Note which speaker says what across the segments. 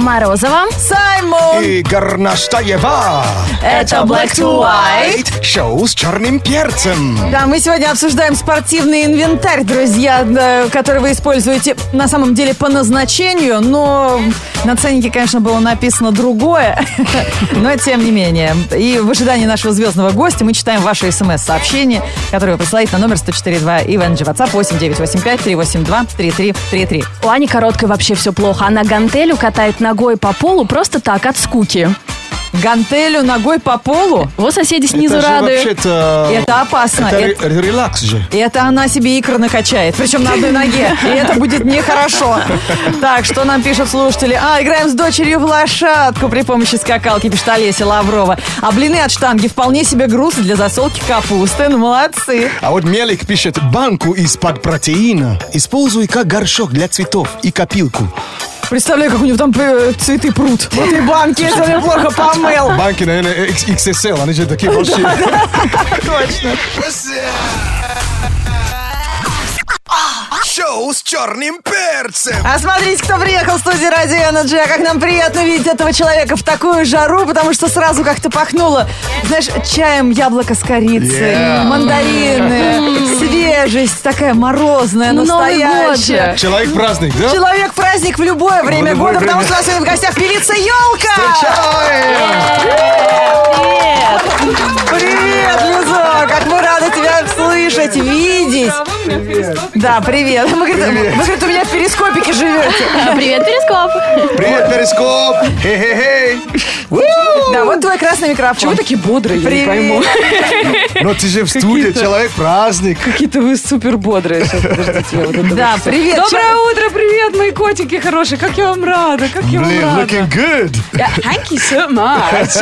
Speaker 1: Морозова,
Speaker 2: Саймон
Speaker 3: и Горнаштаева.
Speaker 2: Это Black to White.
Speaker 3: Шоу с черным перцем.
Speaker 2: Да, мы сегодня обсуждаем спортивный инвентарь, друзья, который вы используете на самом деле по назначению, но на ценнике, конечно, было написано другое, но тем не менее. И в ожидании нашего звездного гостя мы читаем ваши смс-сообщения, которые вы присылаете на номер 104.2 и в NG WhatsApp 8985-382-3333.
Speaker 1: у Ани Короткой вообще все плохо. Она гантелю катает ногой по полу просто так, от скуки.
Speaker 2: Гантелю ногой по полу?
Speaker 1: Вот соседи снизу
Speaker 3: Это же
Speaker 1: рады.
Speaker 3: вообще-то...
Speaker 2: Это опасно.
Speaker 3: Это релакс же.
Speaker 2: Это она себе икры накачает, причем на одной ноге. И это будет нехорошо. Так, что нам пишут слушатели? Играем с дочерью в лошадку при помощи скакалки, пишет Олеся Лаврова. А блины от штанги вполне себе груз для засолки капусты. Ну, молодцы.
Speaker 3: А вот Мелик пишет: банку из-под протеина используй как горшок для цветов и копилку.
Speaker 2: Представляю, как у него там цветы прут в этой банке, если он ее плохо помыл.
Speaker 3: Банки, наверное, XXL, они же такие большие.
Speaker 2: Точно.
Speaker 3: Шоу с черным перцем.
Speaker 2: А смотрите, кто приехал в студию Радио Energy. А как нам приятно видеть этого человека в такую жару, потому что сразу как-то пахнуло, знаешь, чаем яблоко с корицей, мандарины, свежесть такая морозная, настоящая.
Speaker 3: Человек-праздник, да?
Speaker 2: Человек-праздник в любое время
Speaker 3: любое
Speaker 2: года, потому
Speaker 3: время.
Speaker 2: что у нас сегодня в гостях певица Ёлка. Привет, Лиза! Как мы рады тебя слышать, видеть. Да, привет. Вы, говорит, у меня в перископике живете.
Speaker 1: Привет, Перископ.
Speaker 3: Привет, Перископ! Хей-хей-хей!
Speaker 2: Да, вот твой красный микрофон.
Speaker 4: Чего вы такие бодрые, я не
Speaker 2: Привет.
Speaker 4: пойму.
Speaker 3: Но ты же в студии, человек-праздник.
Speaker 4: Какие-то вы супер бодрые. Сейчас, подождите, я вот это
Speaker 2: Да,
Speaker 4: вот всё.
Speaker 2: привет.
Speaker 4: Доброе утро, привет, мои котики хорошие. Как я вам рада, как я вам
Speaker 3: Блин,
Speaker 4: рада.
Speaker 3: looking good.
Speaker 4: Thank you so much.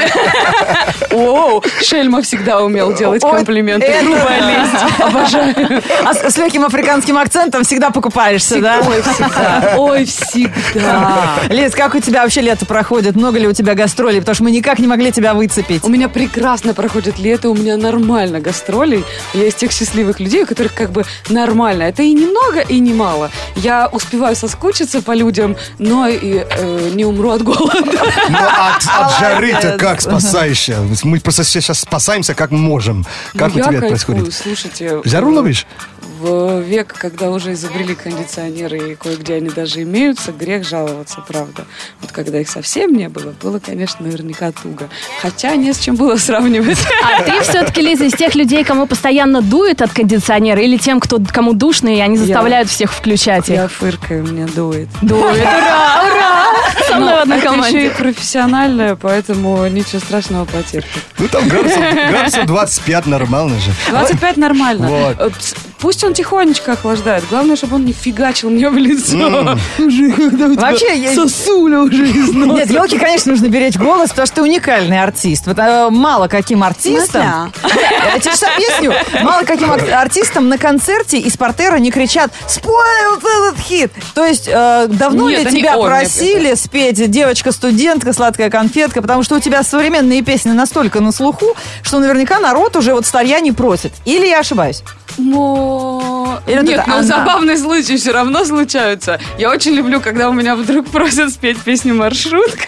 Speaker 4: О, Шельма всегда умел делать
Speaker 2: Ой,
Speaker 4: комплименты.
Speaker 2: это
Speaker 4: Грубая лесть. Обожаю.
Speaker 2: А с легким африканским акцентом всегда покупаешься, да?
Speaker 4: Ой, всегда. Ой, всегда.
Speaker 2: Лиз, как у тебя вообще лето проходит? Много ли у тебя гастролей? Потому что мы никак не могли тебя выцепить.
Speaker 4: У меня прекрасно проходит лето, у меня нормально гастролей. Я из тех счастливых людей, у которых как бы нормально. Это и немного, и немало. Я успеваю соскучиться по людям, но и не умру от голода.
Speaker 3: Но от жары-то как спасаешься? Мы просто сейчас спасаемся как можем. Как у
Speaker 4: Я
Speaker 3: тебя это
Speaker 4: кайфую,
Speaker 3: происходит?
Speaker 4: слушайте.
Speaker 3: Жару ловишь?
Speaker 4: В век, когда уже изобрели кондиционеры и кое-где они даже имеются, грех жаловаться, правда. Вот когда их совсем не было, было, конечно, наверняка туго. Хотя не с чем было сравнивать.
Speaker 1: А ты все-таки, Лиза, из тех людей, кому постоянно дует от кондиционера, или тем, кому душно, и они заставляют всех включать
Speaker 4: Я
Speaker 1: их?
Speaker 4: фыркаю, мне дует.
Speaker 1: Дует, ура, ура! Со мной в одной
Speaker 4: Это еще
Speaker 1: команде.
Speaker 4: и профессиональное, поэтому ничего страшного потерпит.
Speaker 3: Ну там градусов 25 нормально же.
Speaker 4: 25 нормально.
Speaker 3: Вот.
Speaker 4: Пусть он тихонечко охлаждает. Главное, чтобы он не фигачил мне в лицо. Уже когда у тебя
Speaker 2: Вообще,
Speaker 4: сосуля уже из носа.
Speaker 2: Нет, Ёлке, конечно, нужно беречь голос, потому что ты уникальный артист. Вот, мало каким артистам... Я тебе сейчас объясню. Мало каким артистам на концерте из портера не кричат «Спой вот этот хит!». То есть, давно
Speaker 4: Нет,
Speaker 2: ли
Speaker 4: они
Speaker 2: тебя
Speaker 4: он мне
Speaker 2: просили спеть «Девочка-студентка», «Сладкая конфетка», потому что у тебя современные песни настолько на слуху, что наверняка народ уже вот старья не просит. Или я ошибаюсь?
Speaker 4: Или
Speaker 2: вот
Speaker 4: нет,
Speaker 2: это
Speaker 4: но
Speaker 2: она.
Speaker 4: забавные случаи все равно случаются. Я очень люблю, когда у меня вдруг просят спеть песню «Маршрутка».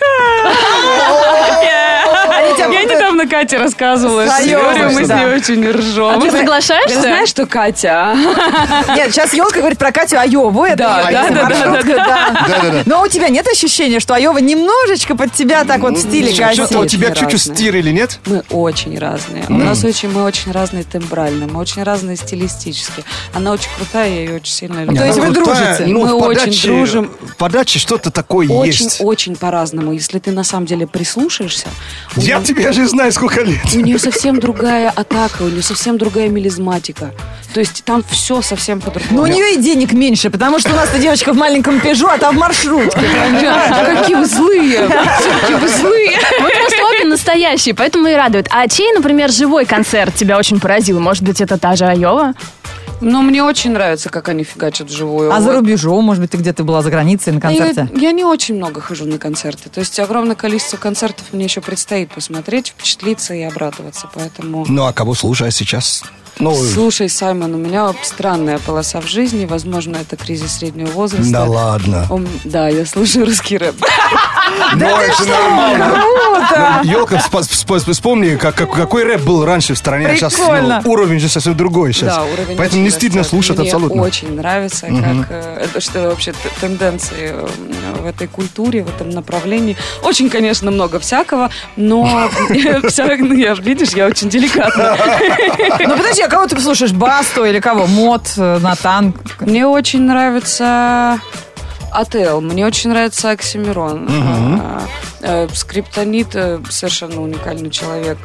Speaker 4: Я недавно Кате рассказывала.
Speaker 2: Свою,
Speaker 4: Говорю, мы с
Speaker 2: да.
Speaker 4: ней очень ржем.
Speaker 1: Ты соглашаешься?
Speaker 4: Ты знаешь, что Катя?
Speaker 2: Нет, сейчас Ёлка говорит про Катю Айову. Это
Speaker 4: Да,
Speaker 2: её
Speaker 4: да,
Speaker 2: маршрутка, да.
Speaker 3: Да-да-да.
Speaker 2: Но у тебя нет ощущения, что Айова немножечко под тебя так вот в стиле
Speaker 3: Что-то у
Speaker 2: косит?
Speaker 3: тебя
Speaker 4: Разные.
Speaker 3: чуть-чуть стир или нет?
Speaker 4: Мы очень разные. Мы очень разные тембрально. Мы очень разные стилистически. Она очень крутая, я ее очень сильно люблю.
Speaker 2: То есть вы дружите?
Speaker 4: И мы очень дружим.
Speaker 3: В подаче что-то такое есть.
Speaker 4: Очень по-разному. Если ты на самом деле прислушаешься,
Speaker 3: Я тебя же знаю, сколько лет.
Speaker 4: у нее совсем другая атака, у нее совсем другая мелизматика. То есть там все совсем
Speaker 2: Ну,
Speaker 4: по-другому.
Speaker 2: у нее и денег меньше, потому что у нас-то девочка в маленьком Пежо, а там в маршрутке.
Speaker 4: Какие вы злые! Какие вы злые!
Speaker 1: Мы просто обе настоящие, поэтому и радует. А чей, например, живой концерт тебя очень поразил? Может быть, это та же Айова?
Speaker 4: Но мне очень нравится, как они фигачат вживую.
Speaker 2: А за
Speaker 4: Вот.
Speaker 2: рубежом, может быть, ты где-то была за границей на концерте?
Speaker 4: Я не очень много хожу на концерты. То есть огромное количество концертов мне еще предстоит посмотреть, впечатлиться и обрадоваться. Поэтому...
Speaker 3: Ну, а кого слушаешь сейчас?
Speaker 4: Слушай, Саймон, у меня странная полоса в жизни. Возможно, это кризис среднего возраста.
Speaker 3: Да ладно.
Speaker 4: Да, я слушаю русский рэп.
Speaker 3: Ну, это нормально. Елка, вспомни, какой рэп был раньше в стране. Сейчас уровень же совсем другой сейчас.
Speaker 4: Да, уровень.
Speaker 3: Поэтому не стыдно слушать абсолютно.
Speaker 4: Мне очень нравится, как что вообще тенденции в этой культуре, в этом направлении. Очень, конечно, много всякого, но видишь, я очень деликатна.
Speaker 2: Ну подожди, а кого ты слушаешь? Басту или кого? Мод, Натан?
Speaker 4: Мне очень нравится Ател, мне очень нравится Оксимирон. Скриптонит совершенно уникальный человек.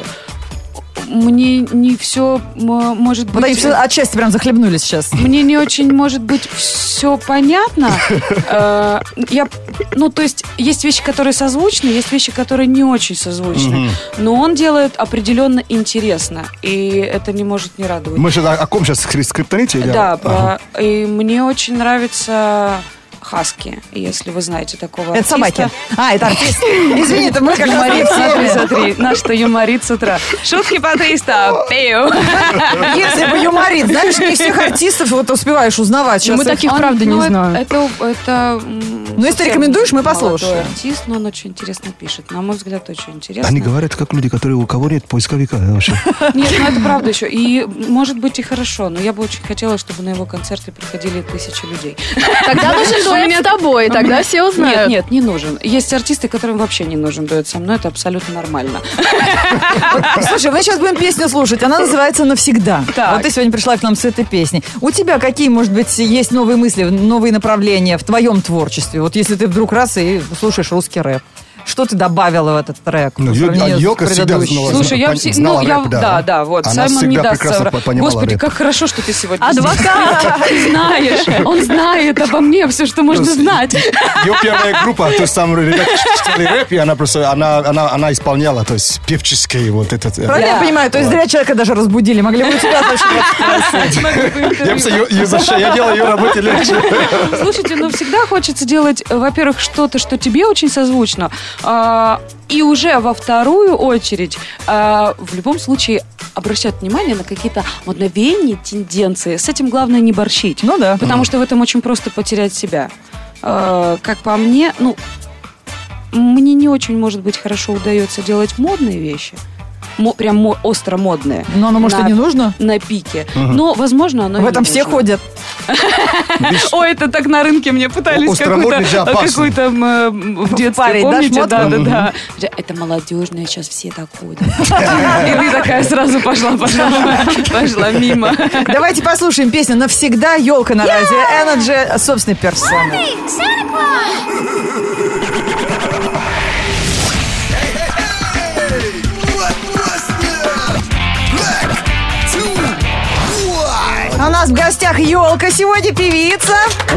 Speaker 4: Мне не все может быть...
Speaker 2: Вот они все отчасти прям захлебнулись сейчас.
Speaker 4: Мне не очень, может быть, все понятно. То есть, есть вещи, которые созвучны, есть вещи, которые не очень созвучны. Но он делает определенно интересно. И это не может не радовать.
Speaker 3: Мы сейчас о ком сейчас? Скриптоните?
Speaker 4: Да, и мне очень нравится... Хаски, если вы знаете такого артиста.
Speaker 2: Это собаки. Это артист. Извини, это мы как
Speaker 4: юморит. Смотри, наш-то юморит с утра. Шутки по 300. Пею.
Speaker 2: Если бы юморит, знаешь, не всех артистов вот успеваешь узнавать.
Speaker 1: Мы таких, правда, не знаем.
Speaker 4: Это
Speaker 2: ну, если ты рекомендуешь, мы послушаем.
Speaker 4: Артист, но он очень интересно пишет. На мой взгляд, очень интересно.
Speaker 3: Они говорят, как люди, у кого нет поисковика вообще.
Speaker 4: Нет, это правда еще. И, может быть, и хорошо. Но я бы очень хотела, чтобы на его концерты приходили 1000 людей.
Speaker 1: Тогда нужен дуэт с тобой, тогда все узнают.
Speaker 4: Нет, не нужен. Есть артисты, которым вообще не нужен дуэт со мной. Это абсолютно нормально.
Speaker 2: Слушай, мы сейчас будем песню слушать. Она называется «Навсегда». Вот ты сегодня пришла к нам с этой песней. У тебя какие, может быть, есть новые мысли, новые направления в твоем творчестве? Вот если ты вдруг раз и слушаешь русский рэп. Что ты добавила в этот трек?
Speaker 3: Елка всегда знала.
Speaker 4: Слушай, да, вот. Саймон не даст соврать. Господи, как хорошо, что ты сегодня
Speaker 1: адвокат!
Speaker 4: Ты знаешь, он знает обо мне все, что можно знать.
Speaker 3: Ее первая группа, то есть там ребята читали рэп, и она просто, она исполняла, то есть певческий вот этот.
Speaker 2: Правильно я понимаю? То есть зря человека даже разбудили. Могли бы у тебя
Speaker 3: спросить. Я делаю ее работе легче.
Speaker 4: Слушайте, всегда хочется делать, во-первых, что-то, что тебе очень созвучно. И уже во вторую очередь в любом случае обращать внимание на какие-то мгновения, тенденции. С этим главное не борщить.
Speaker 2: Ну да.
Speaker 4: Потому что в этом очень просто потерять себя. Как по мне, мне не очень, может быть, хорошо удается делать модные вещи. Прям остро модные.
Speaker 2: Но оно, может, и не нужно?
Speaker 4: На пике. Но, возможно, оно
Speaker 2: в этом все ходят.
Speaker 4: Ой, это так на рынке мне пытались какой-то в детстве, помните? Да. Это молодежное, сейчас все так ходят. И ты такая сразу пошла мимо.
Speaker 2: Давайте послушаем песню «Навсегда». Елка на радио Energy собственной персоной. У нас в гостях Елка сегодня, певица.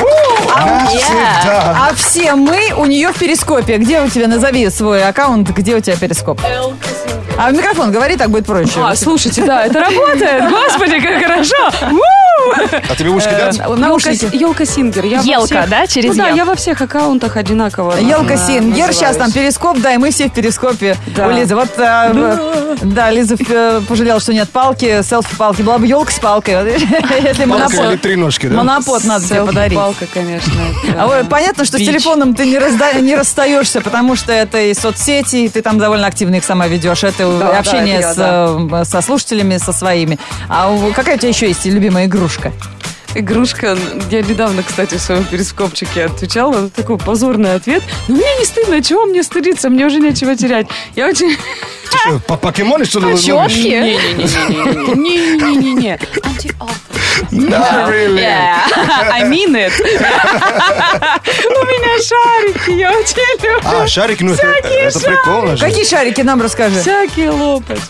Speaker 2: А все мы у нее в Перископе. Где у тебя, назови свой аккаунт, где у тебя Перископ? А в микрофон говори, так будет проще.
Speaker 4: Слушайте, да, это работает. Господи, как хорошо.
Speaker 3: А тебе ушки дать?
Speaker 4: Елка Сингер.
Speaker 1: Елка, да? Через
Speaker 4: Да, я во всех аккаунтах одинаково.
Speaker 2: Елка Сингер. Сейчас там Перископ, да, и мы все в Перископе у Лизы. Вот, да, Лиза пожалела, что нет палки, селфи-палки. Была бы елка с палкой. Если
Speaker 3: палка или 3 ножки, да?
Speaker 2: Монопод надо тебе подарить.
Speaker 4: Палка, конечно.
Speaker 2: Понятно, что с телефоном ты не расстаешься, потому что это и соцсети, и ты там довольно активно их сама ведешь. Это общение со слушателями, со своими. А какая у тебя еще есть любимая игрушка?
Speaker 4: Игрушка. Я недавно, кстати, в своем перископчике отвечала на такой позорный ответ. Но мне не стыдно. Чего мне стыдиться? Мне уже нечего терять. Я очень...
Speaker 3: Ты что, покемоны, что ли?
Speaker 1: Четкие?
Speaker 4: Не-не-не.
Speaker 3: Not really.
Speaker 4: I mean it. У меня шарики, я очень люблю.
Speaker 3: Шарики, это прикольно же.
Speaker 2: Какие шарики, нам расскажи.
Speaker 4: Всякие лопать.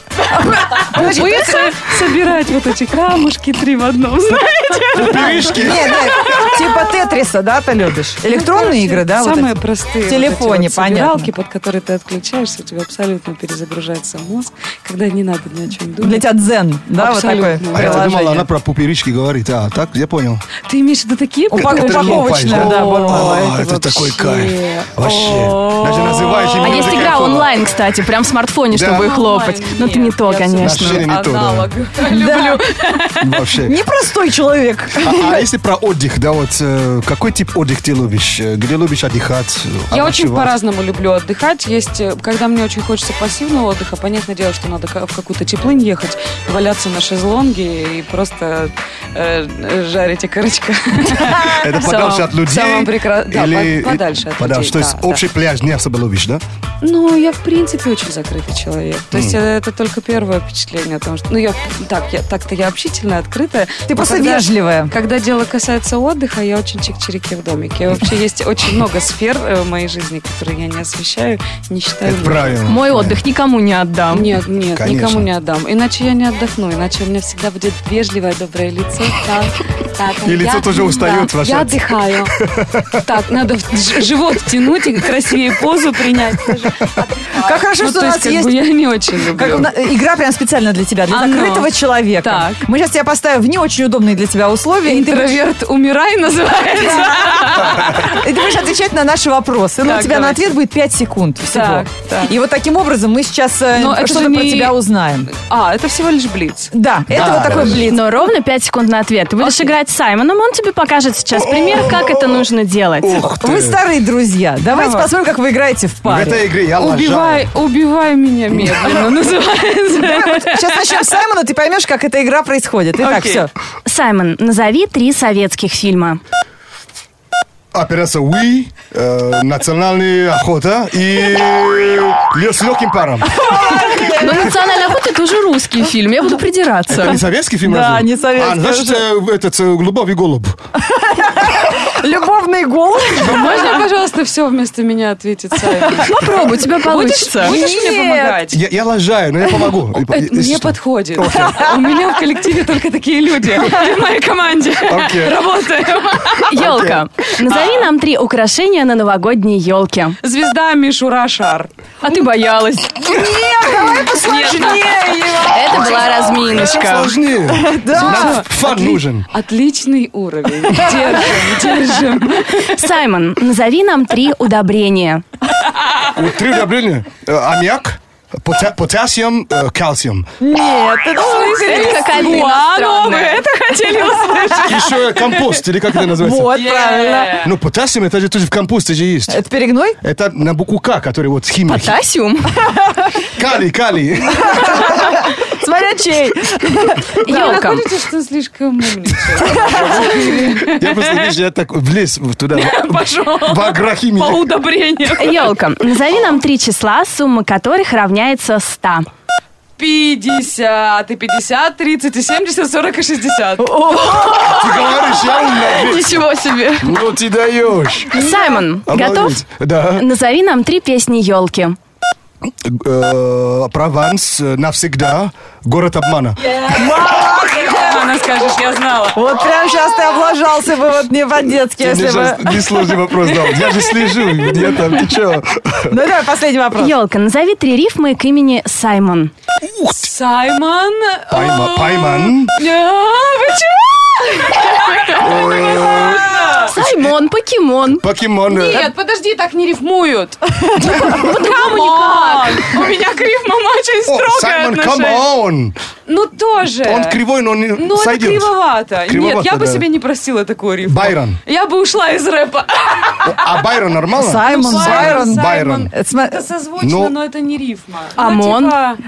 Speaker 4: Собирать вот эти камушки 3 в одном, знаете?
Speaker 3: Пирожки.
Speaker 2: Нет, типа Тетриса, да, ты любишь? Электронные игры, да?
Speaker 4: Самые простые.
Speaker 2: В телефоне, понятно.
Speaker 4: Собиралки, под которые ты отключаешься, тебя абсолютно перезагружают. разгружается мозг, когда не надо ни о чем думать.
Speaker 2: Для тебя дзен, да, вот такое
Speaker 4: Абсолютно.
Speaker 3: А я
Speaker 2: приложение.
Speaker 3: думала, она про пупырички говорит. А, так, я понял.
Speaker 4: Ты имеешь в виду такие
Speaker 2: Упаковочная, да, бомба.
Speaker 3: Это такой кайф. Вообще. Даже называешь
Speaker 1: А
Speaker 3: немного
Speaker 1: есть игра
Speaker 3: кайфово.
Speaker 1: онлайн, кстати, прям в смартфоне,
Speaker 3: Да.
Speaker 1: чтобы хлопать. Но это не то, конечно.
Speaker 3: Вообще не то, да.
Speaker 4: Аналог.
Speaker 2: Да,
Speaker 3: Вообще.
Speaker 2: непростой человек.
Speaker 3: А если про отдых, да, вот какой тип отдыха ты любишь? Где любишь отдыхать?
Speaker 4: Я очень
Speaker 3: Отдыхать?
Speaker 4: по-разному люблю отдыхать. Есть, когда мне очень хочется пассивного отдыха, понятное дело, что надо в какую-то теплынь ехать, валяться на шезлонге и просто жарить окорочка.
Speaker 3: Это подальше от людей?
Speaker 4: Да,
Speaker 3: или-
Speaker 4: подальше от
Speaker 3: подальше.
Speaker 4: людей.
Speaker 3: То есть
Speaker 4: да,
Speaker 3: общий пляж не особо любишь, да?
Speaker 4: Ну, я, в принципе, очень закрытый человек. То есть это только первое впечатление о том, что... Ну, так-то я общительная, открытая.
Speaker 2: Ты
Speaker 4: Но
Speaker 2: просто
Speaker 4: когда-
Speaker 2: вежливая.
Speaker 4: Когда дело касается отдыха, я очень чик-чирики в домике. Вообще есть очень много сфер в моей жизни, которые я не освещаю, не считаю
Speaker 3: Это
Speaker 4: нужным.
Speaker 3: правильно.
Speaker 1: Мой отдых никому не отдам.
Speaker 4: Нет,
Speaker 3: Конечно.
Speaker 4: никому не отдам. Иначе я не отдохну, иначе у меня всегда будет вежливое, доброе лицо. Так,
Speaker 3: И лицо тоже устает ваше.
Speaker 4: Я отдыхаю. Так, надо живот втянуть и красивее позу принять.
Speaker 2: Как хорошо,
Speaker 4: Ну,
Speaker 2: что
Speaker 4: то
Speaker 2: у нас
Speaker 4: есть, как
Speaker 2: есть
Speaker 4: бы, я не очень
Speaker 2: как
Speaker 4: люблю.
Speaker 2: игра прям специально для тебя, для
Speaker 4: Оно.
Speaker 2: закрытого человека.
Speaker 4: Так.
Speaker 2: Мы сейчас тебя поставим в не очень удобные для тебя условия. И ты будешь-
Speaker 4: Интроверт умирай называется.
Speaker 2: И ты будешь отвечать на наши вопросы. Ну, у
Speaker 4: Так,
Speaker 2: тебя на
Speaker 4: давайте.
Speaker 2: ответ будет 5 секунд всего.
Speaker 4: Так, так.
Speaker 2: И вот таким образом мы сейчас
Speaker 4: Но это
Speaker 2: что-то
Speaker 4: же
Speaker 2: про
Speaker 4: не-
Speaker 2: тебя узнаем.
Speaker 4: Это всего лишь блиц.
Speaker 2: Да, это вот такой блиц.
Speaker 1: Но ровно 5 секунд на ответ. Ты будешь играть с Саймоном, он тебе покажет сейчас пример, как это нужно делать.
Speaker 3: Ух ты.
Speaker 2: Вы старые друзья. Давайте
Speaker 4: Давай.
Speaker 2: посмотрим, как вы играете в
Speaker 3: В
Speaker 2: паре.
Speaker 3: этой игре я лажаю.
Speaker 4: Убивай меня медленно, называется.
Speaker 2: Сейчас начнем с Саймона, ты поймешь, как эта игра происходит. Итак,
Speaker 4: Окей.
Speaker 2: все.
Speaker 1: Саймон, назови 3 советских фильма.
Speaker 3: Операция Уи, национальная охота и с легким паром.
Speaker 1: Но «Национальная охота» — это уже русский фильм, я буду
Speaker 3: Это
Speaker 1: придираться.
Speaker 3: не советский фильм?
Speaker 2: Да,
Speaker 3: разве?
Speaker 2: не советский,
Speaker 3: Значит, этот «Голубой голубь».
Speaker 2: Любовный голос.
Speaker 4: Можно, пожалуйста, все вместо меня ответить, Саймон?
Speaker 1: Попробуй, у тебя получится.
Speaker 4: Будешь мне
Speaker 2: Нет.
Speaker 4: помогать?
Speaker 3: Я лажаю, но я помогу. Если
Speaker 4: Мне
Speaker 3: что.
Speaker 4: подходит. У меня в коллективе только такие люди. И в моей команде.
Speaker 3: Окей.
Speaker 4: Работаем.
Speaker 1: Елка. Назови нам 3 украшения на новогодней елке.
Speaker 4: Звезда, мишура, шар.
Speaker 1: А ты боялась.
Speaker 2: Нет, давай посложнее.
Speaker 1: Это была разминочка.
Speaker 3: Сложнее. Нам фан нужен.
Speaker 4: Отличный уровень. Держим.
Speaker 1: Саймон, назови нам 3 удобрения.
Speaker 3: 3 удобрения. Аммиак, потассиум, кальциум.
Speaker 2: Нет, это
Speaker 1: Это какая-то
Speaker 4: Вы
Speaker 1: иностранная.
Speaker 4: это хотели услышать?
Speaker 3: Еще компост, или как это называется?
Speaker 2: вот, правильно.
Speaker 3: Ну, потассиум, это же тоже в компосте же есть.
Speaker 2: Это перегной?
Speaker 3: Это на букву К, который вот химия.
Speaker 1: Потасиум?
Speaker 3: Калий.
Speaker 2: Смотря чей.
Speaker 1: Елка.
Speaker 4: Находите, что слишком умничаете?
Speaker 3: Я просто, видишь, я так влез туда.
Speaker 4: Пошел.
Speaker 3: В агрохимию.
Speaker 4: По удобрениям.
Speaker 1: Елка, назови нам 3 числа, сумма которых равняется 100.
Speaker 4: 50, и 50, 30, и 70, 40, и 60.
Speaker 3: Ты говоришь, я умный.
Speaker 1: Ничего себе.
Speaker 3: Ну, ты даешь.
Speaker 1: Саймон, готов?
Speaker 3: Обалдеть. Да.
Speaker 1: Назови нам 3 песни елки.
Speaker 3: Прованс, навсегда, город обмана.
Speaker 4: Она скажешь, я знала.
Speaker 2: Вот прям сейчас ты облажался бы вот не по-детски,
Speaker 3: Ты мне
Speaker 2: если
Speaker 3: сейчас
Speaker 2: бы...
Speaker 3: несложный вопрос дал. Я же слежу. Я там, ты че?
Speaker 2: Ну давай, последний вопрос.
Speaker 1: Елка, назови 3 рифмы к имени Саймон.
Speaker 4: Саймон.
Speaker 3: Пайман.
Speaker 1: Саймон, покемон.
Speaker 3: Покемон.
Speaker 4: Нет, подожди, так не рифмуют. По-другому никак. У меня к рифмам очень строгое
Speaker 3: Саймон, come
Speaker 4: отношение.
Speaker 3: on.
Speaker 4: Ну тоже.
Speaker 3: Он кривой, но не
Speaker 4: Ну, это
Speaker 3: сойдет.
Speaker 4: кривовато.
Speaker 3: Кривовато,
Speaker 4: Нет, я бы
Speaker 3: да.
Speaker 4: себе не просила такую рифму.
Speaker 3: Байрон.
Speaker 4: Я бы ушла из рэпа.
Speaker 3: А Байрон нормально?
Speaker 2: Саймон, Байрон.
Speaker 3: Байрон.
Speaker 4: Это созвучно,
Speaker 3: Ну.
Speaker 4: но это не рифма.
Speaker 1: Амон.
Speaker 4: Ну, типа,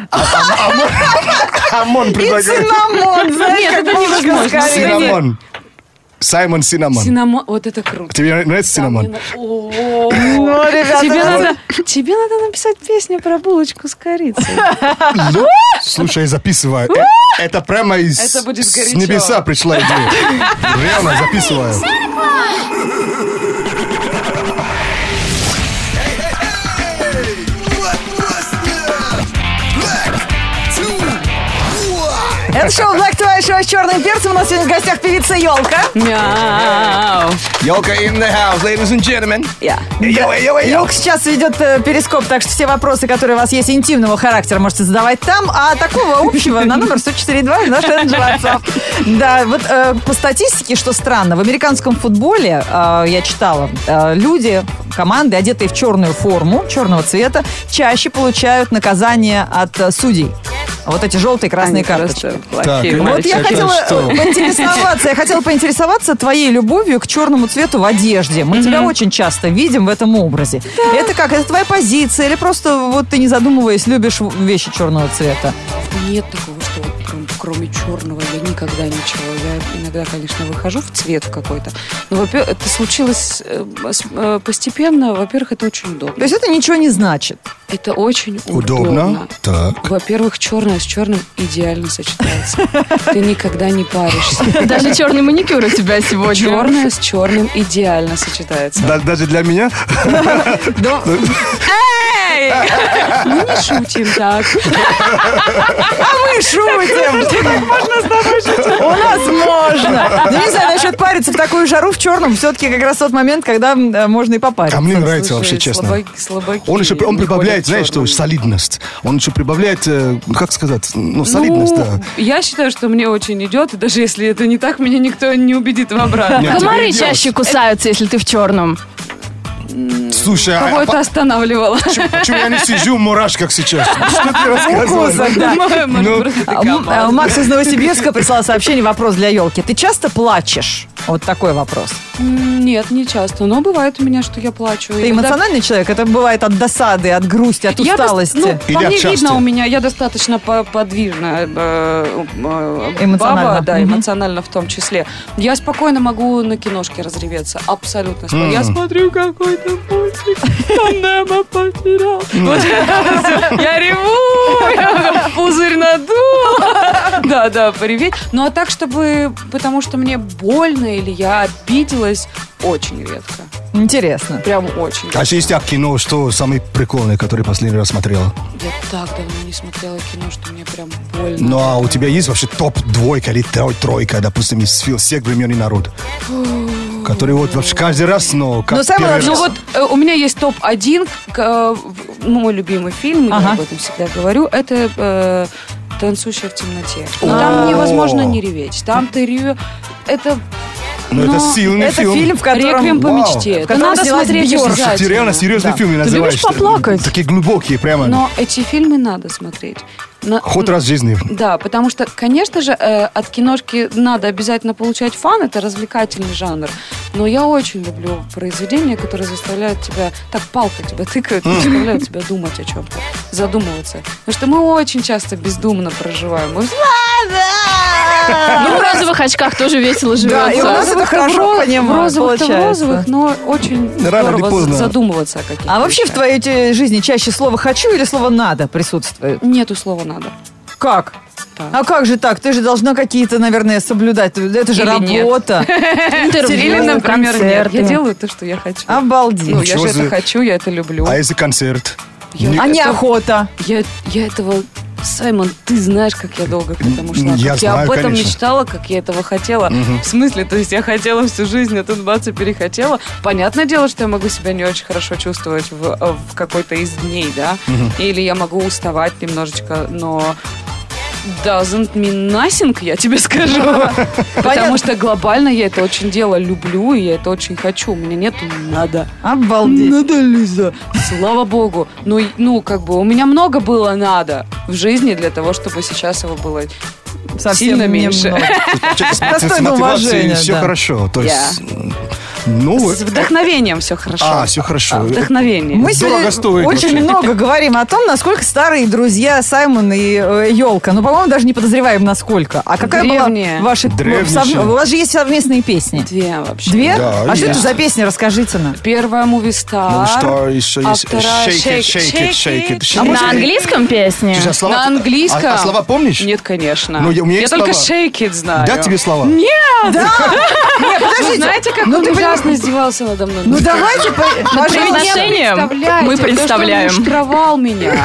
Speaker 3: Амон
Speaker 2: И
Speaker 3: предлагает.
Speaker 2: цинамон, знаешь, как
Speaker 4: это
Speaker 2: булочка с
Speaker 4: невозможно.
Speaker 2: кориной.
Speaker 3: Синамон. Саймон Синамон.
Speaker 4: Синамон. Вот это круто.
Speaker 3: Тебе нравится синамон?
Speaker 2: Ну, ребята,
Speaker 4: Тебе надо написать песню про булочку с корицей.
Speaker 3: Ну, слушай, записывай. Это прямо
Speaker 4: Это будет
Speaker 3: с
Speaker 4: горячо.
Speaker 3: небеса пришла идея. Реально записываю.
Speaker 2: это шоу Black to White шоу с черным перцем. У нас сегодня в гостях певица Ёлка.
Speaker 1: Мяу.
Speaker 3: Ёлка in the house, ladies and gentlemen.
Speaker 2: Ёлка сейчас ведет перископ, так что все вопросы, которые у вас есть интимного характера, можете задавать там, а такого общего на номер 104.2 наш WhatsApp. Да, вот по статистике, что странно, в американском футболе, я читала, люди, команды, одетые в черную форму, черного цвета, чаще получают наказание от судей. Вот эти желтые, красные карточки. Вот я хотела поинтересоваться твоей любовью к черному цвету в одежде. Мы тебя очень часто видим в этом образе. Да. Это как? Это твоя позиция? Или просто вот ты, не задумываясь, любишь вещи черного цвета?
Speaker 4: Нет такого, что вот кроме черного я никогда ничего. Я иногда, конечно, выхожу в цвет какой-то. Но, во-первых, это случилось постепенно. Во-первых, это очень удобно.
Speaker 2: То есть это ничего не значит?
Speaker 4: Это очень удобно. Так. Во-первых, черное с черным идеально сочетается. Ты никогда не паришься.
Speaker 1: Даже черный маникюр у тебя сегодня.
Speaker 4: Черное с черным идеально сочетается.
Speaker 3: Даже для меня?
Speaker 4: Эй! Мы не шутим так.
Speaker 2: А мы шутим! Как можно с тобой шутить? У нас можно. Ну, не знаю, насчет париться в такую жару в черном, все-таки как раз тот момент, когда можно и попариться.
Speaker 3: А мне нравится вообще, честно.
Speaker 4: Слабаки.
Speaker 3: Он прибавляет, знаешь, что солидность. Он еще прибавляет, как сказать, солидность, да.
Speaker 4: Я считаю, что мне очень идет, и даже если это не так, меня никто не убедит в обратном.
Speaker 1: Комары чаще кусаются, если ты в черном.
Speaker 3: Слушай,
Speaker 4: кого это останавливало?
Speaker 3: Почему я не сижу в мурашках сейчас? Что ты рассказываешь?
Speaker 2: Макс из Новосибирска прислал сообщение, вопрос для Ёлки. Ты часто плачешь? Вот такой вопрос.
Speaker 4: Нет, не часто, но бывает у меня, что я плачу.
Speaker 2: Ты эмоциональный человек? Это бывает от досады, от грусти, от усталости?
Speaker 4: По мне видно, у меня, я достаточно подвижная баба, да, эмоционально в том числе. Я спокойно могу на киношке разреветься, абсолютно спокойно. Я смотрю какой-то мультик, там Немо потерял. Я реву, пузырь надул. Да, пореветь. Ну, а так, чтобы, потому что мне больно или я обиделась, очень редко.
Speaker 2: Интересно.
Speaker 4: Прям очень.
Speaker 3: А есть кино, что самое прикольное, которое последний раз смотрела?
Speaker 4: Я так давно не смотрела кино, что мне прям больно.
Speaker 3: Ну, а у тебя есть вообще топ-двойка или тройка, допустим, из всех времен и народ? Который вот вообще каждый раз, но как первый раз.
Speaker 4: Ну вот у меня есть топ-1, мой любимый фильм, я об этом всегда говорю, это «Танцующая в темноте». Там невозможно не реветь. Там ты ревешь. Это...
Speaker 3: это сильный фильм.
Speaker 2: Это фильм, в котором...
Speaker 4: «Реквием по мечте». Это надо смотреть обязательно.
Speaker 3: Ты реально серьезный фильм называешь.
Speaker 1: Ты любишь поплакать.
Speaker 3: Такие глубокие прямо.
Speaker 4: Но эти фильмы надо смотреть.
Speaker 3: Хоть раз в жизни.
Speaker 4: Да, потому что, конечно же, от киношки надо обязательно получать фан, это развлекательный жанр. Но я очень люблю произведения, которые заставляют тебя, так палкой тебя тыкают, заставляют тебя думать о чем-то, задумываться. Потому что мы очень часто бездумно проживаем. Мы...
Speaker 1: Ну, в розовых очках тоже весело живется.
Speaker 2: Да, и у нас это хорошо понимаю,
Speaker 4: в розовых, но очень здорово задумываться о каких-то.
Speaker 2: А вообще в твоей жизни чаще слово «хочу» или слово «надо» присутствует?
Speaker 4: Нету слова «надо».
Speaker 2: Как? Так. А как же так? Ты же должна какие-то, наверное, соблюдать. Это же
Speaker 4: или
Speaker 2: работа.
Speaker 4: Или, например, нет. Я делаю то, что я хочу.
Speaker 2: Обалдеть.
Speaker 4: Ну, я же это хочу, я это люблю.
Speaker 3: А если концерт?
Speaker 2: А не охота?
Speaker 4: Я этого... Саймон, ты знаешь, как я долго к этому шла. Я об этом мечтала, как я этого хотела. В смысле, то есть я хотела всю жизнь, а тут бац, и перехотела. Понятное дело, что я могу себя не очень хорошо чувствовать в какой-то из дней, да? Или я могу уставать немножечко, но... Doesn't mean nothing, я тебе скажу. Потому что глобально я это очень дело люблю, и я это очень хочу. У меня нету «надо».
Speaker 2: Обалдеть.
Speaker 4: Надо, Лиза. Слава богу. Ну, как бы, у меня много было «надо» в жизни для того, чтобы сейчас его было
Speaker 2: совсем
Speaker 4: сильно меньше.
Speaker 3: С мотивацией все хорошо. То есть...
Speaker 4: С вдохновением все хорошо.
Speaker 3: Все хорошо.
Speaker 4: Вдохновение.
Speaker 2: Мы сегодня очень много говорим о том, насколько старые друзья Саймон и Ёлка. Ну, по-моему, даже не подозреваем, насколько. А какая была ваша... У вас же есть совместные песни.
Speaker 4: 2 вообще.
Speaker 2: 2? А что это за песни? Расскажите нам.
Speaker 4: Первая «Movie Star».
Speaker 3: Еще есть «Shake It».
Speaker 1: На английском песне?
Speaker 4: На английском.
Speaker 3: А слова помнишь?
Speaker 4: Нет, конечно.
Speaker 3: Я
Speaker 4: только «Shake It» знаю.
Speaker 3: Дать тебе слова?
Speaker 4: Нет!
Speaker 2: Да! Нет, подождите.
Speaker 4: Знаете, как
Speaker 2: ты понимаешь,
Speaker 4: ужасно издевался надо мной.
Speaker 2: Ну давайте,
Speaker 1: Приглашением мы представляем.
Speaker 4: Он шутровал меня.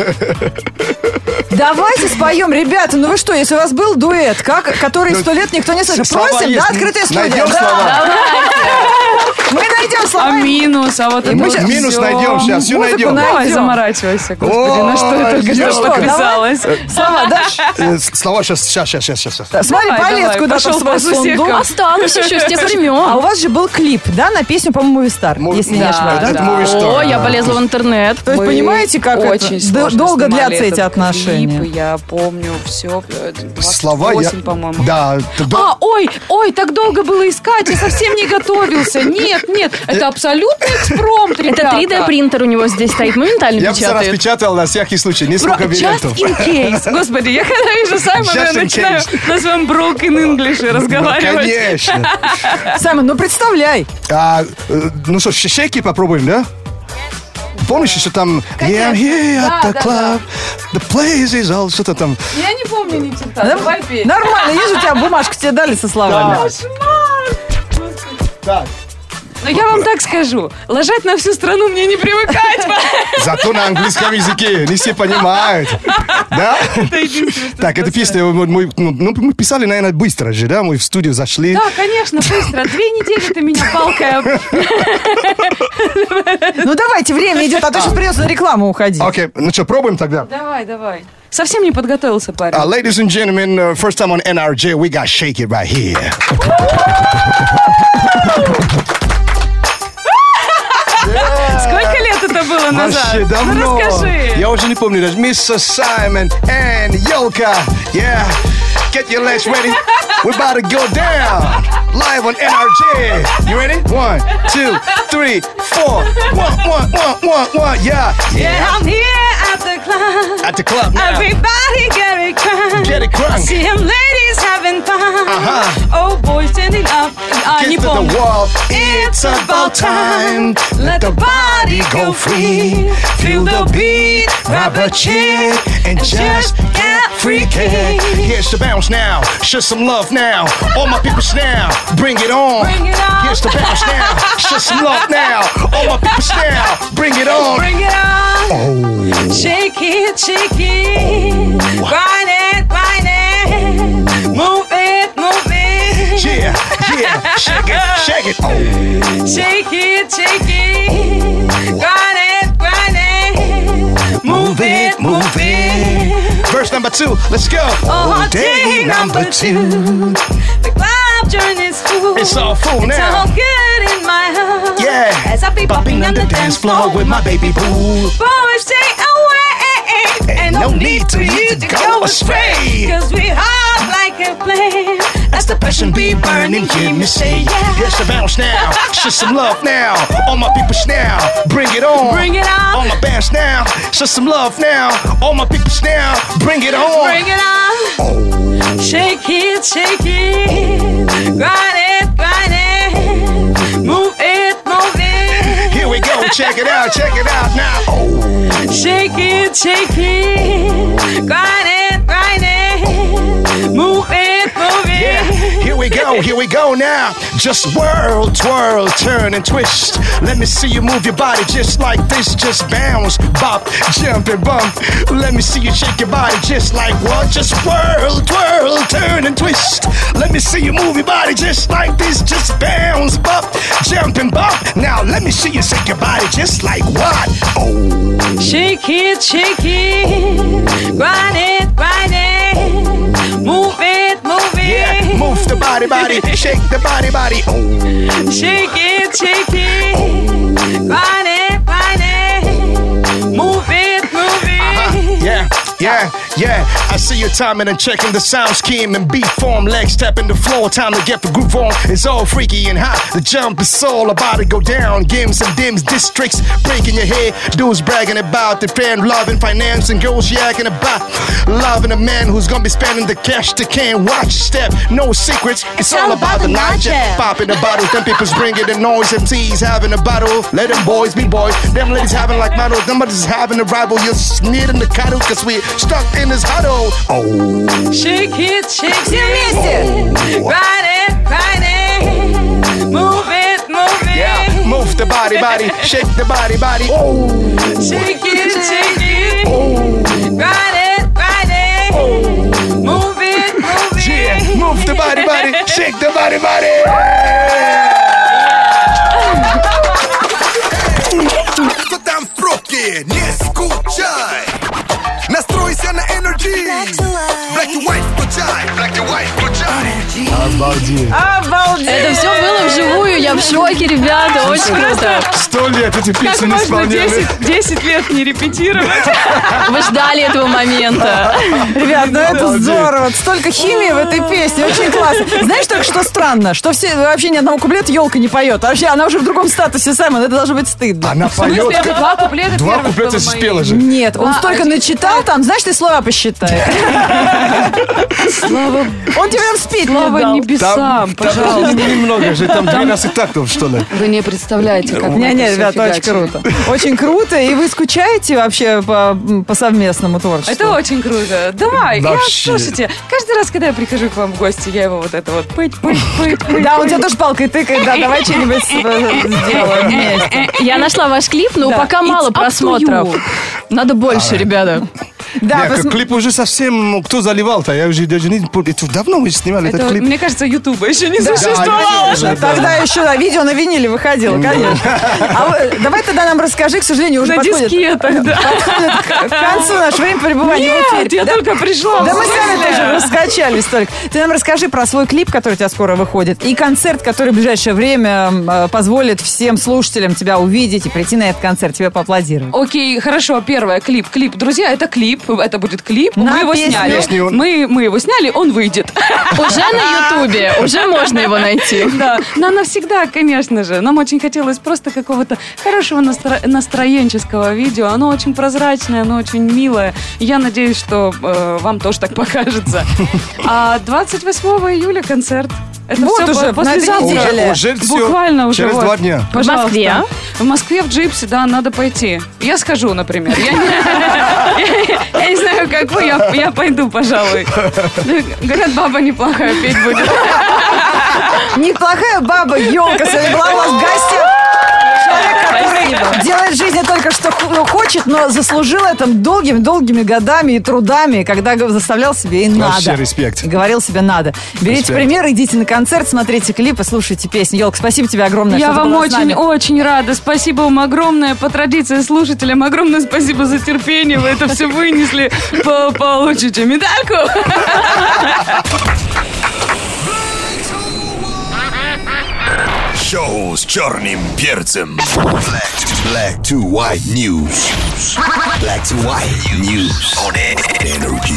Speaker 2: давайте споем, ребята. Ну вы что, если у вас был дуэт, который 100 лет никто не слышал, просим, да, открытая студия.
Speaker 3: Найдем слова.
Speaker 2: Мы найдем слова.
Speaker 4: А минус, а вот это
Speaker 3: Минус найдем сейчас, все найдем.
Speaker 4: Давай, заморачивайся, господи, на что я только что подписалась.
Speaker 2: Слова, да?
Speaker 3: Слова сейчас.
Speaker 2: Смотри, полез куда-то в свой сундук.
Speaker 1: Осталось еще с тех
Speaker 2: А
Speaker 1: времен.
Speaker 2: у вас же был клип, да, на песню, по-моему, «Movie Star», если не ошибаюсь.
Speaker 3: Это Movie Star.
Speaker 1: О, я полезла в интернет.
Speaker 2: То есть понимаете, как
Speaker 4: очень
Speaker 2: это долго длятся эти отношения?
Speaker 4: Клип, я помню все.
Speaker 3: Слова
Speaker 4: 28, по-моему.
Speaker 3: Да.
Speaker 4: Ой, так долго было искать, я совсем не готовился. Нет, это абсолютный экспромт,
Speaker 1: Это
Speaker 4: ребята.
Speaker 1: 3D-принтер у него здесь стоит, моментально
Speaker 3: Я бы
Speaker 1: печатает.
Speaker 3: распечатал на всякий случай, несколько вариантов.
Speaker 4: Just in case. Господи, я когда вижу Саймона, я
Speaker 3: Just in
Speaker 4: начинаю
Speaker 3: case.
Speaker 4: на своем broken English разговаривать.
Speaker 3: Конечно.
Speaker 2: Саймон, ну представляй.
Speaker 3: Ну что, шейки попробуем, да? Помнишь, еще там Yeah, I'm here at the club, the place is all... Что-то там...
Speaker 4: Я не помню ни черта. Давай петь.
Speaker 2: Нормально, вижу, у тебя бумажку тебе дали со словами.
Speaker 3: Так.
Speaker 4: Но я вам так скажу, ложать на всю страну мне не привыкать.
Speaker 3: Зато на английском языке не все понимают. Да? Так, эта песня мы писали, наверное, быстро же, да? Мы в студию зашли.
Speaker 4: Да, конечно, быстро. 2 недели ты меня палкой.
Speaker 2: Ну давайте, время идет, а то сейчас придется на рекламу уходить.
Speaker 3: Окей, ну что, пробуем тогда?
Speaker 4: Давай. Совсем не подготовился, парень.
Speaker 3: Ladies and gentlemen, first time on NRJ, we got Shake It right here.
Speaker 4: Сколько лет это было назад?
Speaker 3: Вообще давно.
Speaker 4: Ну расскажи.
Speaker 3: Я уже не помню даже. Mr. Simon and Yolka. Yeah. Get your legs ready. We're about to go down. Live on NRJ. You ready? 1, 2, 3, 4. 1. Yeah.
Speaker 4: Yeah, I'm here at the club.
Speaker 3: At the club now.
Speaker 4: Everybody get it crunk.
Speaker 3: Get it crunk.
Speaker 4: See them ladies having fun. Oh, boys standing up.
Speaker 3: Get to the wall. It's about time. Let the body go free. Feel the beat. Grab a chair and just get freaky. Here's the bounce now. Show some love now. All my peoples now. Bring it on.
Speaker 4: Bring it on.
Speaker 3: Here's the bounce now. Show some love now. All my peoples now. Bring it on.
Speaker 4: Bring it on.
Speaker 3: Oh.
Speaker 4: Shake it. Grind it. Move it.
Speaker 3: Yeah. Shake it. Oh.
Speaker 4: Shake it. Grind it. Move it.
Speaker 3: Verse number 2. Let's go.
Speaker 4: All day number 2. The club journey's full.
Speaker 3: It's all full
Speaker 4: It's
Speaker 3: now.
Speaker 4: all good in my heart.
Speaker 3: Yeah.
Speaker 4: As I be popping on the dance floor
Speaker 3: with my baby boo.
Speaker 4: Boys stay away.
Speaker 3: Ain't no need to you to go astray.
Speaker 4: Cause we hop like a flame.
Speaker 3: As the passion be burning, hear me say, yeah. Here's the bounce now, show some love now. All my peoples now, bring it on.
Speaker 4: Bring it on.
Speaker 3: All my bands now, show some love now. All my peoples now, bring it on.
Speaker 4: Bring it on.
Speaker 3: Oh.
Speaker 4: Shake it. Grind it. Move it.
Speaker 3: Here we go, check it out now. Oh.
Speaker 4: Shake it. Grind it. Move it.
Speaker 3: Yeah, here we go now. Just whirl, twirl, turn and twist. Let me see you move your body just like this. Just bounce, bop, jump and bump. Let me see you shake your body just like what? Just whirl, twirl, turn and twist. Let me see you move your body just like this. Just bounce, bop, jump and bump. Now let me see you shake your body just like what? Oh.
Speaker 4: Shake it. Grind it. Move it.
Speaker 3: Yeah, move the body, shake the body. Oh.
Speaker 4: Shake it. Grind it. Move it.
Speaker 3: Yeah. I see you timing and checking the sound scheme and beat form. Legs tapping the floor. Time to get the groove on. It's all freaky and hot. The jump is all about to go down. Games and dims, districts breaking your head. Dudes bragging about the fan, love and finance, and girls yakking about loving a man who's gonna be spending the cash they can't watch. Step, no secrets. It's all about the night jet. Popping the bottles, them people's bringing the noise. MCs having a battle. Let them boys be boys. Them ladies having like models. Them others having a rival. You're needing the cattle cause we stuck in this huddle. Oh.
Speaker 4: Shake it.
Speaker 2: Все вместе.
Speaker 4: Grind it. Move it.
Speaker 3: Yeah, move the body, body, shake the body, body.
Speaker 4: Shake it, grind it, move it.
Speaker 3: Yeah, move the body, body, shake the body, body.
Speaker 5: Кто там в пробке, не скучай. Настройся на Energy. Black to white включай. Black to white включай.
Speaker 3: Обалдеть.
Speaker 2: Обалдеть!
Speaker 1: Это все было вживую, я в шоке, ребята, очень круто.
Speaker 3: 100 лет эти
Speaker 4: Как
Speaker 3: песни
Speaker 4: можно
Speaker 3: исполняли.
Speaker 4: 10 лет не репетировать?
Speaker 1: Вы ждали этого момента.
Speaker 2: Ребят, ну это здорово. Столько химии в этой песне. Очень классно. Знаешь, только что странно, что все вообще ни одного куплета елка не поет. Вообще, она уже в другом статусе, Саймон. Это должно быть стыдно.
Speaker 3: Она поет.
Speaker 4: Два куплета
Speaker 3: Два
Speaker 4: первых
Speaker 3: куплета
Speaker 4: было
Speaker 3: спела
Speaker 4: моих.
Speaker 3: же.
Speaker 2: Нет, он столько начитал там, знаешь, ты слова посчитай. Он тебе там спеть не
Speaker 4: Слава
Speaker 2: дал.
Speaker 4: небесам, пожалуйста.
Speaker 3: Немного же, там 12 тактов, что ли.
Speaker 4: Вы не представляете, как мы
Speaker 2: Не-не,
Speaker 4: это всё
Speaker 2: ребята, очень
Speaker 4: фигачили.
Speaker 2: круто. Очень круто. И вы скучаете вообще по совместному творчеству?
Speaker 4: Это очень круто. Давай,
Speaker 3: Вообще.
Speaker 4: слушайте, каждый раз, когда я прихожу к вам в гости, я его вот это вот пыть.
Speaker 2: Да, он тебя тоже палкой тыкает. Да, давай что-нибудь сделаем вместе.
Speaker 1: Я нашла ваш клип, но
Speaker 2: Да.
Speaker 1: пока мало
Speaker 4: It's up to
Speaker 1: просмотров.
Speaker 4: you.
Speaker 1: Надо больше, ребята.
Speaker 2: Да,
Speaker 3: Нет, клип уже совсем... Кто заливал-то? Я уже даже не... Это давно мы снимали этот
Speaker 4: Это,
Speaker 3: клип.
Speaker 4: мне кажется, Ютуба еще не
Speaker 3: Да,
Speaker 4: существовало.
Speaker 3: конечно, да.
Speaker 2: Тогда еще видео на виниле выходило, конечно. Давай тогда нам расскажи, к сожалению, уже
Speaker 4: На
Speaker 2: подходит
Speaker 4: дискетах, да.
Speaker 2: к концу наше время пребывания в
Speaker 4: Нет,
Speaker 2: эфире.
Speaker 4: я только пришла.
Speaker 2: Да мы сами тоже раскачались только. Ты нам расскажи про свой клип, который у тебя скоро выходит, и концерт, который в ближайшее время позволит всем слушателям тебя увидеть и прийти на этот концерт, тебе поаплодировать.
Speaker 4: Окей, хорошо, первое, клип. Друзья, это клип, это будет клип.
Speaker 2: На
Speaker 4: Мы его
Speaker 2: песню.
Speaker 4: сняли.
Speaker 3: Песню.
Speaker 4: Мы его сняли, он выйдет.
Speaker 1: Уже на Ютубе, уже можно его найти.
Speaker 4: Да, но навсегда, конечно же. Нам очень хотелось просто какого-то хорошего настроенческого видео. Оно очень прозрачное, оно очень милое. Я надеюсь, что вам тоже так покажется. А 28 июля концерт. Это
Speaker 2: Вот
Speaker 4: все
Speaker 2: уже, на этой
Speaker 4: послезавтра.
Speaker 2: неделе.
Speaker 3: Уже все.
Speaker 4: Буквально уже.
Speaker 3: Через
Speaker 4: вот.
Speaker 3: 2 дня.
Speaker 1: В Москве?
Speaker 4: В Москве в Джипсе, да, надо пойти. Я схожу, например. Я не знаю, как вы, я пойду, пожалуй. Говорят, баба неплохая петь будет.
Speaker 2: Неплохая баба елка сегодня была у вас в гостях. Человек, который делает в жизни только что хочет, но заслужил это долгими годами и трудами, когда заставлял себе и
Speaker 3: Вообще
Speaker 2: надо.
Speaker 3: респект.
Speaker 2: Говорил себе надо. Берите
Speaker 3: Респект.
Speaker 2: пример, идите на концерт, смотрите клипы, слушайте песни. Елка, спасибо тебе огромное,
Speaker 4: Я
Speaker 2: что ты
Speaker 4: вам
Speaker 2: была с нами.
Speaker 4: очень рада. Спасибо вам огромное. По традиции слушателям огромное спасибо за терпение. Вы это все вынесли. Получите медальку.
Speaker 5: Шоу с черным перцем. Black to white news. Black to white news on Energy.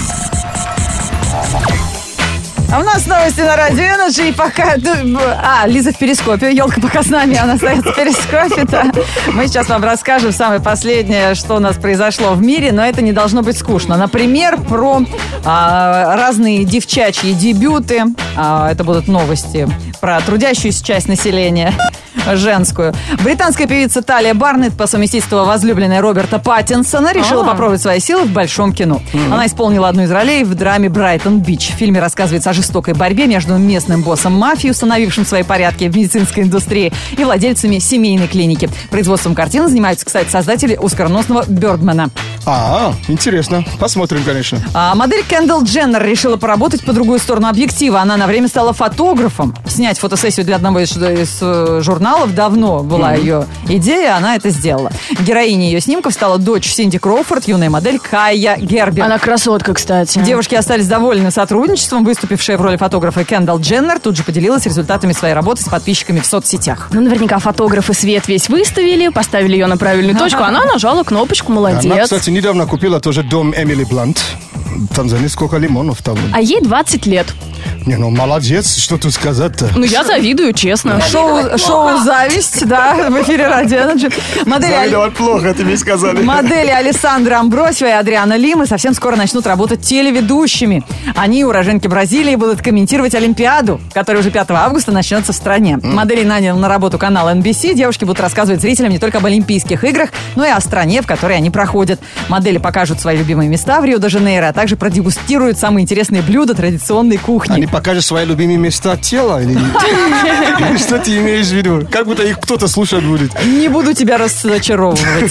Speaker 2: А у нас новости на Радио Energy. И пока... Лиза в перископе. Елка пока с нами, она остается в перископе. Да. Мы сейчас вам расскажем самое последнее, что у нас произошло в мире, но это не должно быть скучно. Например, про разные девчачьи дебюты. Это будут новости про трудящуюся часть населения. Женскую. Британская певица Талия Барнетт, по совместительству возлюбленная Роберта Паттинсона, решила попробовать свои силы в большом кино. Она исполнила одну из ролей в драме «Брайтон-Бич». В фильме рассказывается о жестокой борьбе между местным боссом мафии, установившим свои порядки в медицинской индустрии, и владельцами семейной клиники. Производством картины занимаются, кстати, создатели оскароносного «Бёрдмена».
Speaker 3: Интересно. Посмотрим, конечно.
Speaker 2: Модель Кендалл Дженнер решила поработать по другую сторону объектива. Она на время стала фотографом. Снять фотосессию для одного из журналов давно была ее идея, она это сделала. Героиней ее снимков стала дочь Синди Кроуфорд, юная модель Кайя Гербер.
Speaker 1: Она красотка, кстати.
Speaker 2: Девушки остались довольны сотрудничеством. Выступившая в роли фотографа Кендалл Дженнер тут же поделилась результатами своей работы с подписчиками в соцсетях.
Speaker 1: Ну, наверняка фотографы свет весь выставили, поставили ее на правильную точку, она нажала кнопочку, молодец.
Speaker 3: Она, кстати, недавно купила тоже дом Эмили Блант. Там за несколько лимонов там.
Speaker 1: А ей 20 лет.
Speaker 3: Не, ну молодец, что тут сказать-то.
Speaker 1: Ну, я завидую, честно.
Speaker 2: Шоу «Зависть», да, в эфире Радио Energy.
Speaker 3: Завидовать плохо, тебе сказали.
Speaker 2: Модели Алессандра Амбросио и Адриана Лимы совсем скоро начнут работать телеведущими. Они, уроженки Бразилии, будут комментировать Олимпиаду, которая уже 5 августа начнется в стране. Модели нанял на работу канал NBC. Девушки будут рассказывать зрителям не только об Олимпийских играх, но и о стране, в которой они проходят. Модели покажут свои любимые места в Рио-де-Жанейро, а также также продегустируют самые интересные блюда традиционной кухни.
Speaker 3: Они покажут свои любимые места тела? Или что ты имеешь в виду? Как будто их кто-то слушать будет.
Speaker 2: Не буду тебя разочаровывать.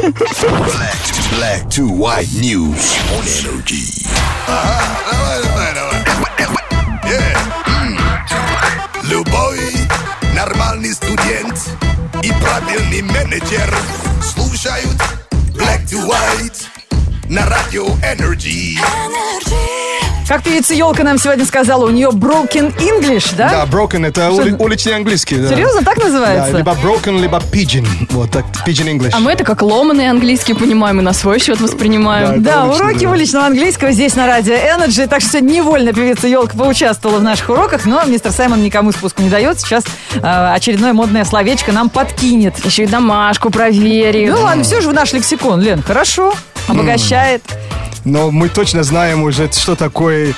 Speaker 5: Black to white news on Energy. Любой нормальный студент и правильный менеджер слушают Black to White на радио Energy.
Speaker 2: Как певица Ёлка нам сегодня сказала, у нее broken English, да?
Speaker 3: Да, broken — это уличный английский. Да.
Speaker 2: Серьезно, так называется?
Speaker 3: Да, либо broken, либо pigeon. Вот так, pigeon English.
Speaker 1: А мы это как ломаный английский понимаем и на свой счет воспринимаем.
Speaker 2: Да,
Speaker 3: уличный,
Speaker 2: уроки
Speaker 3: да.
Speaker 2: уличного английского здесь на радио Energy. Так что сегодня невольно певица Ёлка поучаствовала в наших уроках, но мистер Саймон никому спуску не дает. Сейчас очередное модное словечко нам подкинет.
Speaker 1: Еще и домашку проверит.
Speaker 2: Ну ладно, все же в наш лексикон, Лен, хорошо, обогащает.
Speaker 3: Но мы точно знаем уже, что такое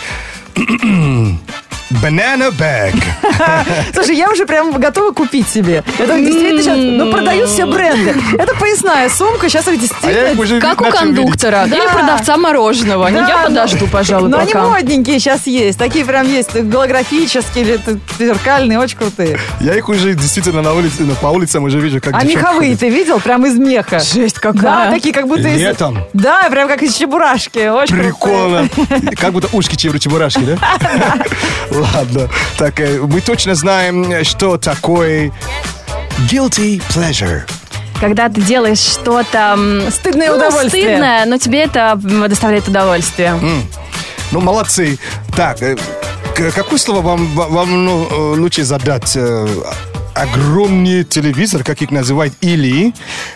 Speaker 3: banana bag.
Speaker 2: Слушай, я уже прям готова купить себе. Это действительно сейчас, ну, продают все бренды. Это поясная сумка, сейчас их
Speaker 3: А я
Speaker 2: действительно...
Speaker 3: их уже
Speaker 1: Как у
Speaker 3: начал
Speaker 1: кондуктора
Speaker 2: Да.
Speaker 1: или продавца мороженого.
Speaker 2: Да,
Speaker 1: Я подожду, пожалуй,
Speaker 2: но они
Speaker 1: пока.
Speaker 2: модненькие сейчас есть. Такие прям есть голографические или зеркальные, очень крутые.
Speaker 3: видеть. Я их уже действительно по улицам уже вижу, как
Speaker 2: А
Speaker 3: девчонки
Speaker 2: меховые
Speaker 3: ходят.
Speaker 2: ты видел? Прям из меха.
Speaker 1: Жесть
Speaker 2: Да,
Speaker 1: какая.
Speaker 2: такие как будто из...
Speaker 3: Летом.
Speaker 2: Да, прям как из чебурашки. Очень крутые.
Speaker 3: Прикольно. Как будто ушки чебурашки, да? Ладно. Так, мы точно знаем, что такое guilty pleasure.
Speaker 1: Когда ты делаешь что-то
Speaker 2: Стыдное удовольствие.
Speaker 1: стыдное, но тебе это доставляет удовольствие.
Speaker 3: Ну, молодцы. Так, какое слово вам лучше задать? Огромный телевизор, как их называют, или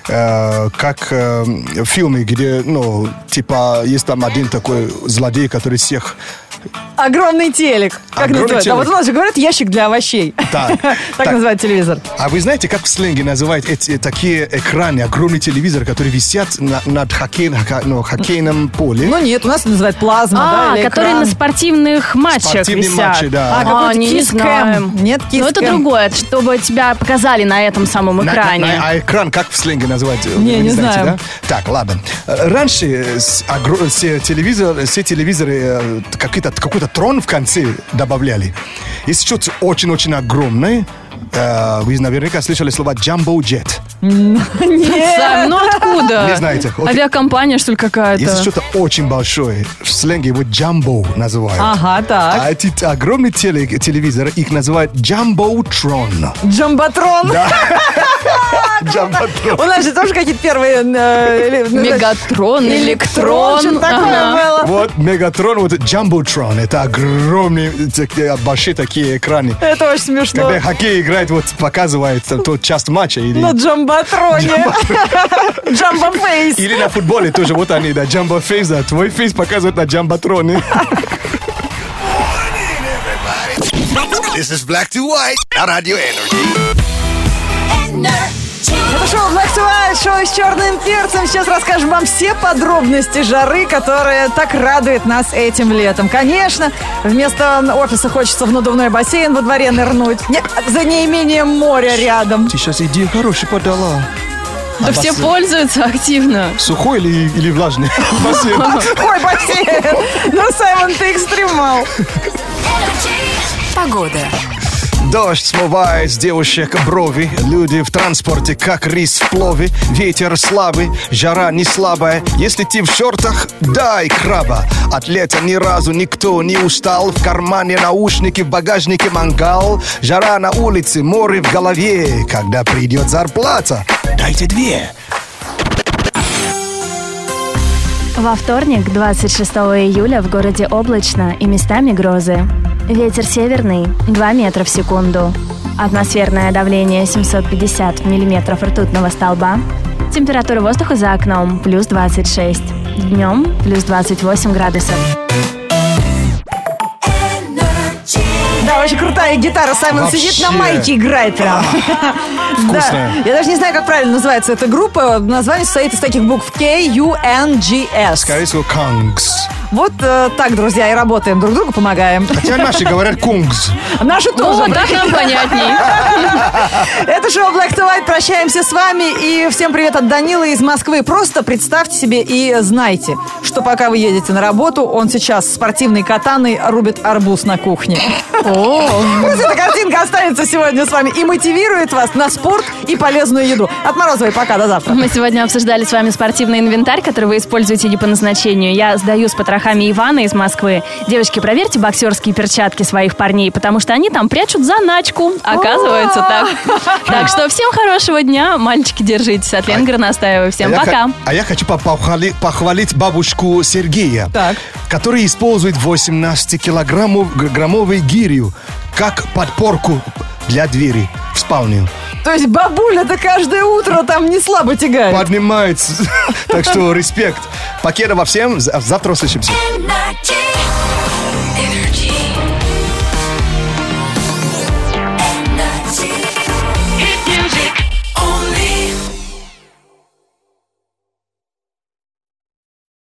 Speaker 3: как в фильме, где, ну, типа, есть там один такой злодей, который всех...
Speaker 2: Огромный телек. Как
Speaker 3: Огромный
Speaker 2: называют? А
Speaker 3: телек.
Speaker 2: вот у нас же говорят ящик для овощей.
Speaker 3: Так.
Speaker 2: Так
Speaker 3: Так.
Speaker 2: называют телевизор.
Speaker 3: А вы знаете, как в сленге называют эти такие экраны, огромный телевизор, которые висят над хоккейном поле?
Speaker 2: Ну нет, у нас это называют плазма, да, или
Speaker 1: которые
Speaker 2: экран.
Speaker 1: на спортивных матчах
Speaker 3: Спортивные
Speaker 1: висят.
Speaker 3: матчи, да.
Speaker 2: А, какой-то
Speaker 1: не
Speaker 2: kiss
Speaker 1: знаем.
Speaker 2: cam. Нет, kiss
Speaker 1: Но это
Speaker 2: cam.
Speaker 1: другое, это чтобы тебя показали на этом самом экране.
Speaker 3: А экран как в сленге называют?
Speaker 2: Не,
Speaker 3: Вы
Speaker 2: не
Speaker 3: знаете,
Speaker 2: знаю.
Speaker 3: да? Так, ладно. Раньше все телевизоры какой-то трон в конце добавляли. Если что-то очень-очень огромное, вы наверняка слышали слово «jumbo jet».
Speaker 1: Сам, ну откуда?
Speaker 3: Не знаете? Вот
Speaker 1: Авиакомпания, что ли, какая-то?
Speaker 3: если что-то очень большое, в сленге его «jumbo» называют.
Speaker 2: Ага, так.
Speaker 3: А эти огромные телевизоры, их называют «jumbotrон».
Speaker 2: Джамботрон.
Speaker 3: «Jumbotrон».
Speaker 2: У нас же тоже какие-то первые...
Speaker 1: Мегатрон, электрон.
Speaker 2: Что-то такое
Speaker 1: Ага.
Speaker 2: было.
Speaker 3: Вот Мегатрон, вот Джамботрон. Это огромные, большие такие экраны.
Speaker 2: Это очень смешно.
Speaker 3: Когда хоккей играет, вот показывает тот часть матча.
Speaker 2: На джамботроне. Джамбофейс.
Speaker 3: Или на футболе тоже. Вот они, да, Джамбо Фейс, да. Твой фейс показывает на Джамботроне.
Speaker 5: This is Black to White на радио Energy.
Speaker 2: Это шоу Black to White, шоу с черным перцем. Сейчас расскажем вам все подробности жары, которая так радует нас этим летом. Конечно, вместо офиса хочется в надувной бассейн во дворе нырнуть. За неимением моря рядом.
Speaker 3: Ты сейчас идею хорошую подала.
Speaker 1: Да все пользуются активно.
Speaker 3: Сухой или влажный? Бассейн.
Speaker 2: Ой, бассейн. Ну, Саймон, ты экстремал.
Speaker 6: Погода.
Speaker 3: Дождь смывает с девушек брови. Люди в транспорте, как рис в плове. Ветер слабый, жара не слабая. Если ты в шортах, дай краба. От лета ни разу никто не устал. В кармане наушники, в багажнике мангал. Жара на улице, море в голове. Когда придет зарплата, дайте 2.
Speaker 7: Во вторник, 26 июля, в городе облачно и местами грозы. Ветер северный 2 метра в секунду. Атмосферное давление 750 миллиметров ртутного столба. Температура воздуха за окном плюс 26. Днем плюс 28 градусов.
Speaker 2: Да, очень крутая гитара. Саймон
Speaker 3: Вообще.
Speaker 2: сидит на майке, играет прям.
Speaker 3: Вкусная.
Speaker 2: Да. Я даже не знаю, как правильно называется эта группа. Название состоит из таких букв K-U-N-G-S.
Speaker 3: Скорее всего, Kangs.
Speaker 2: Вот так, друзья, и работаем. Друг другу помогаем.
Speaker 3: Хотя наши говорят кунгс.
Speaker 2: Наши тоже.
Speaker 1: Вот, так нам понятней.
Speaker 2: Это шоу Black to White. Прощаемся с вами. И всем привет от Данилы из Москвы. Просто представьте себе и знайте, что пока вы едете на работу, он сейчас спортивной катаной рубит арбуз на кухне. Пусть эта картинка останется сегодня с вами и мотивирует вас на спорт и полезную еду. От Морозовой пока, до завтра.
Speaker 1: Мы сегодня обсуждали с вами спортивный инвентарь, который вы используете не по назначению. Я сдаю с потрохами Ивана из Москвы. Девочки, проверьте боксерские перчатки своих парней, потому что они там прячут заначку. Оказывается так. Так что всем хорошего дня. Мальчики, держитесь. От Лены Горностаевой. Всем пока.
Speaker 3: А я хочу похвалить бабушку Сергея, который использует 18-килограммовый гирю как подпорку для двери в спальню.
Speaker 2: То есть бабуля-то каждое утро там не слабо тягает.
Speaker 3: Поднимается. Так что респект. Покедова всем. Завтра услышимся.